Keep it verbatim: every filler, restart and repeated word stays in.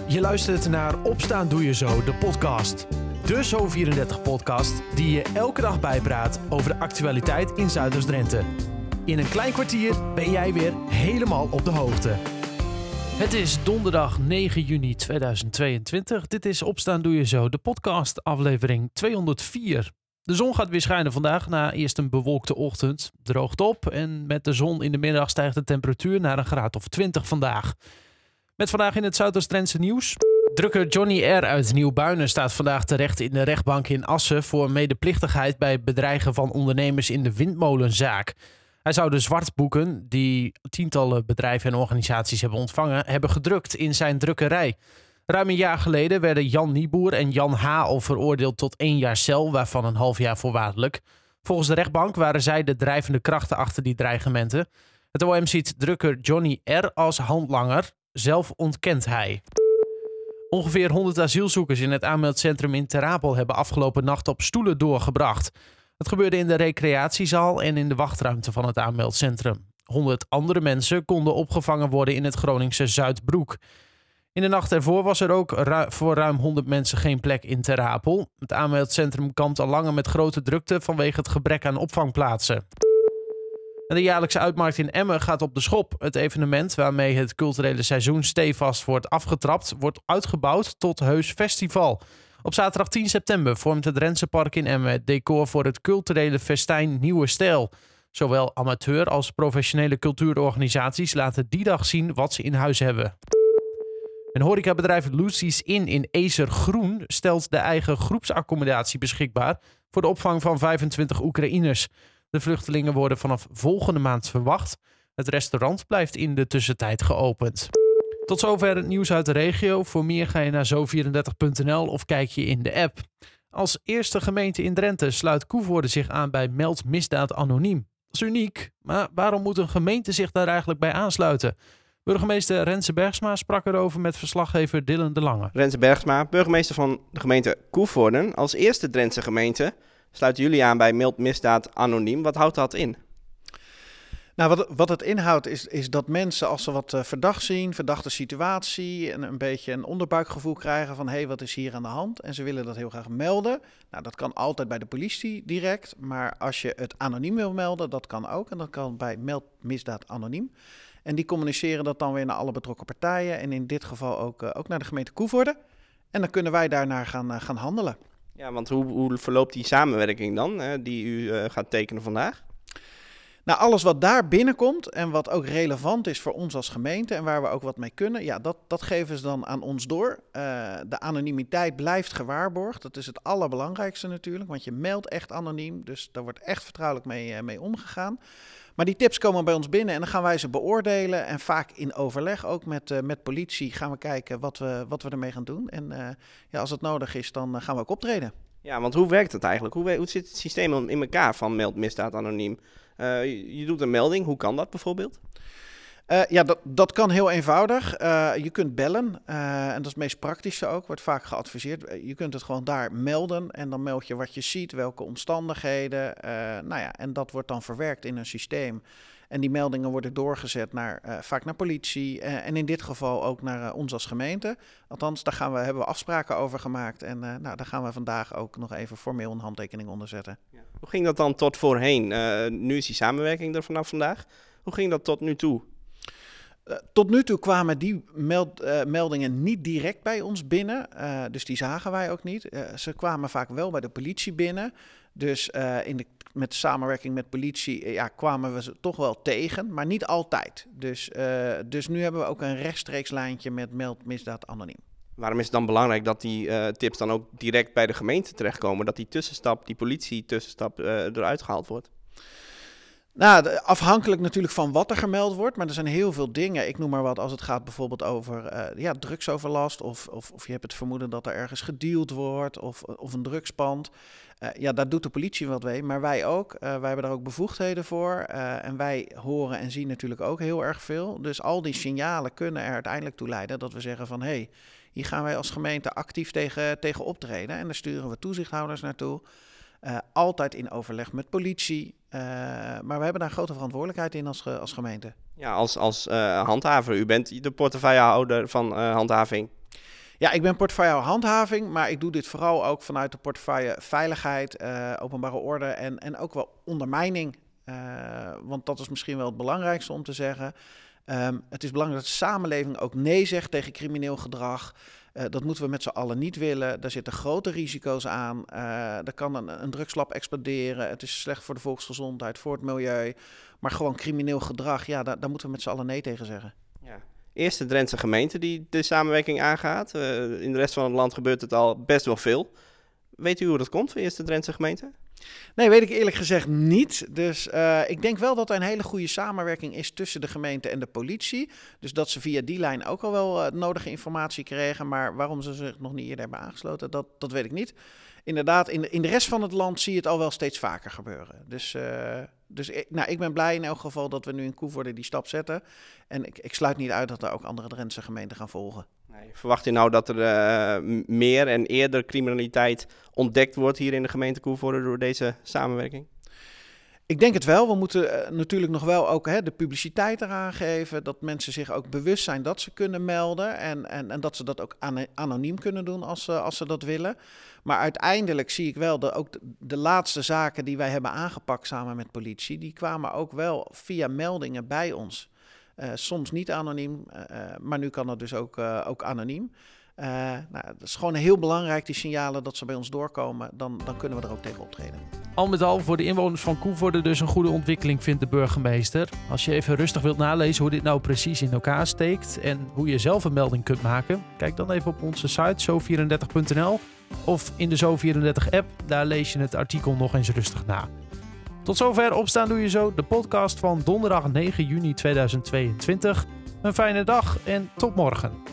Je luistert naar Opstaan Doe Je Zo, de podcast. De Zo vierendertig podcast die je elke dag bijpraat over de actualiteit in Zuiders-Drenthe. In een klein kwartier ben jij weer helemaal op de hoogte. Het is donderdag negen juni tweeduizend tweeëntwintig. Dit is Opstaan Doe Je Zo, de podcast aflevering tweehonderdvier. De zon gaat weer schijnen vandaag na eerst een bewolkte ochtend. Droogt op en met de zon in de middag stijgt de temperatuur naar een graad of twintig vandaag. Met vandaag in het Zuidoost-Drentse nieuws. Drukker Johnny R. uit Nieuwbuinen staat vandaag terecht in de rechtbank in Assen voor medeplichtigheid bij bedreigen van ondernemers in de windmolenzaak. Hij zou de zwartboeken, die tientallen bedrijven en organisaties hebben ontvangen, hebben gedrukt in zijn drukkerij. Ruim een jaar geleden werden Jan Nieboer en Jan H. al veroordeeld tot één jaar cel, waarvan een half jaar voorwaardelijk. Volgens de rechtbank waren zij de drijvende krachten achter die dreigementen. Het O M ziet drukker Johnny R. als handlanger. Zelf ontkent hij. Ongeveer honderd asielzoekers in het aanmeldcentrum in Ter Apel hebben afgelopen nacht op stoelen doorgebracht. Het gebeurde in de recreatiezaal en in de wachtruimte van het aanmeldcentrum. Honderd andere mensen konden opgevangen worden in het Groningse Zuidbroek. In de nacht ervoor was er ook ru- voor ruim honderd mensen geen plek in Ter Apel. Het aanmeldcentrum kampt al langer met grote drukte vanwege het gebrek aan opvangplaatsen. En de jaarlijkse uitmarkt in Emmen gaat op de schop. Het evenement waarmee het culturele seizoen stevast wordt afgetrapt, wordt uitgebouwd tot heus festival. Op zaterdag tien september vormt het Drentspark in Emmen het decor voor het culturele festijn Nieuwe Stijl. Zowel amateur als professionele cultuurorganisaties laten die dag zien wat ze in huis hebben. Een horecabedrijf Lucy's Inn in Ezer-Groen stelt de eigen groepsaccommodatie beschikbaar voor de opvang van vijfentwintig Oekraïners. De vluchtelingen worden vanaf volgende maand verwacht. Het restaurant blijft in de tussentijd geopend. Tot zover het nieuws uit de regio. Voor meer ga je naar zo vierendertig punt n l of kijk je in de app. Als eerste gemeente in Drenthe sluit Koevoorde zich aan bij Meld Misdaad Anoniem. Dat is uniek, maar waarom moet een gemeente zich daar eigenlijk bij aansluiten? Burgemeester Renze Bergsma sprak erover met verslaggever Dylan de Lange. Renze Bergsma, burgemeester van de gemeente Koevoorde. Als eerste Drentse gemeente sluiten jullie aan bij Meld Misdaad Anoniem. Wat houdt dat in? Nou, wat, wat het inhoudt is, is dat mensen als ze wat uh, verdacht zien, verdachte situatie en een beetje een onderbuikgevoel krijgen van hé, hey, wat is hier aan de hand? En ze willen dat heel graag melden. Nou, dat kan altijd bij de politie direct, maar als je het anoniem wil melden, dat kan ook. En dat kan bij Meld Misdaad Anoniem. En die communiceren dat dan weer naar alle betrokken partijen en in dit geval ook, uh, ook naar de gemeente Koevoorde. En dan kunnen wij daarnaar gaan, uh, gaan handelen. Ja, want hoe, hoe verloopt die samenwerking dan, hè, die u uh, gaat tekenen vandaag? Nou, alles wat daar binnenkomt en wat ook relevant is voor ons als gemeente en waar we ook wat mee kunnen, ja, dat, dat geven ze dan aan ons door. Uh, de anonimiteit blijft gewaarborgd. Dat is het allerbelangrijkste natuurlijk, want je meldt echt anoniem, dus daar wordt echt vertrouwelijk mee, uh, mee omgegaan. Maar die tips komen bij ons binnen en dan gaan wij ze beoordelen en vaak in overleg ook met, uh, met politie gaan we kijken wat we, wat we ermee gaan doen. En uh, ja, als het nodig is, dan uh, gaan we ook optreden. Ja, want hoe werkt het eigenlijk? Hoe, hoe zit het systeem in elkaar van Meld Misdaad Anoniem? Uh, je, je doet een melding, hoe kan dat bijvoorbeeld? Uh, ja, dat, dat kan heel eenvoudig. Uh, je kunt bellen uh, en dat is het meest praktische ook, wordt vaak geadviseerd. Je kunt het gewoon daar melden en dan meld je wat je ziet, welke omstandigheden. Uh, nou ja, en dat wordt dan verwerkt in een systeem. En die meldingen worden doorgezet naar, uh, vaak naar politie uh, en in dit geval ook naar uh, ons als gemeente. Althans, daar gaan we, hebben we afspraken over gemaakt en uh, nou, daar gaan we vandaag ook nog even formeel een handtekening onder zetten. Ja. Hoe ging dat dan tot voorheen? Uh, nu is die samenwerking er vanaf vandaag. Hoe ging dat tot nu toe? Uh, tot nu toe kwamen die meld, uh, meldingen niet direct bij ons binnen, uh, dus die zagen wij ook niet. Uh, ze kwamen vaak wel bij de politie binnen, dus uh, in de, met de samenwerking met politie uh, ja, kwamen we ze toch wel tegen, maar niet altijd. Dus, uh, dus nu hebben we ook een rechtstreeks lijntje met Meld Misdaad Anoniem. Waarom is het dan belangrijk dat die uh, tips dan ook direct bij de gemeente terechtkomen, dat die tussenstap, die politie-tussenstap uh, eruit gehaald wordt? Nou, afhankelijk natuurlijk van wat er gemeld wordt, maar er zijn heel veel dingen. Ik noem maar wat als het gaat bijvoorbeeld over uh, ja, drugsoverlast of, of, of je hebt het vermoeden dat er ergens gedeeld wordt of, of een drugspand. Uh, ja, daar doet de politie wat mee, maar wij ook. Uh, wij hebben daar ook bevoegdheden voor uh, en wij horen en zien natuurlijk ook heel erg veel. Dus al die signalen kunnen er uiteindelijk toe leiden dat we zeggen van hé, hey, hier gaan wij als gemeente actief tegen, tegen optreden en daar sturen we toezichthouders naartoe. Uh, altijd in overleg met politie. Uh, maar we hebben daar grote verantwoordelijkheid in als, als gemeente. Ja, als, als uh, handhaver. U bent de portefeuillehouder van uh, handhaving. Ja, ik ben portefeuille handhaving, maar ik doe dit vooral ook vanuit de portefeuille veiligheid, uh, openbare orde en, en ook wel ondermijning. Uh, want dat is misschien wel het belangrijkste om te zeggen. Um, het is belangrijk dat de samenleving ook nee zegt tegen crimineel gedrag. Uh, dat moeten we met z'n allen niet willen. Daar zitten grote risico's aan. Uh, er kan een, een drugslab exploderen. Het is slecht voor de volksgezondheid, voor het milieu. Maar gewoon crimineel gedrag, ja, daar, daar moeten we met z'n allen nee tegen zeggen. Ja. Eerste Drentse gemeente die de samenwerking aangaat. Uh, in de rest van het land gebeurt het al best wel veel. Weet u hoe dat komt voor Eerste Drentse gemeente? Nee, weet ik eerlijk gezegd niet. Dus uh, ik denk wel dat er een hele goede samenwerking is tussen de gemeente en de politie. Dus dat ze via die lijn ook al wel uh, nodige informatie kregen. Maar waarom ze zich nog niet eerder hebben aangesloten, dat, dat weet ik niet. Inderdaad, in de, in de rest van het land zie je het al wel steeds vaker gebeuren. Dus, uh, dus ik, nou, ik ben blij in elk geval dat we nu in Koevoorde die stap zetten. En ik, ik sluit niet uit dat er ook andere Drentse gemeenten gaan volgen. Nee, verwacht u nou dat er uh, meer en eerder criminaliteit ontdekt wordt hier in de gemeente Koevoorde door deze samenwerking? Ik denk het wel. We moeten uh, natuurlijk nog wel ook hè, de publiciteit eraan geven. Dat mensen zich ook bewust zijn dat ze kunnen melden. En, en, en dat ze dat ook an- anoniem kunnen doen als, uh, als ze dat willen. Maar uiteindelijk zie ik wel dat ook de, de laatste zaken die wij hebben aangepakt samen met politie, die kwamen ook wel via meldingen bij ons. Uh, soms niet anoniem, uh, maar nu kan dat dus ook, uh, ook anoniem. Uh, nou, dat is gewoon heel belangrijk, die signalen dat ze bij ons doorkomen. Dan, dan kunnen we er ook tegen optreden. Al met al voor de inwoners van Koevoorde dus een goede ontwikkeling, vindt de burgemeester. Als je even rustig wilt nalezen hoe dit nou precies in elkaar steekt en hoe je zelf een melding kunt maken, kijk dan even op onze site zo vierendertig punt n l of in de zo vierendertig app. Daar lees je het artikel nog eens rustig na. Tot zover Opstaan Doe Je Zo, de podcast van donderdag negen juni tweeduizend tweeëntwintig. Een fijne dag en tot morgen.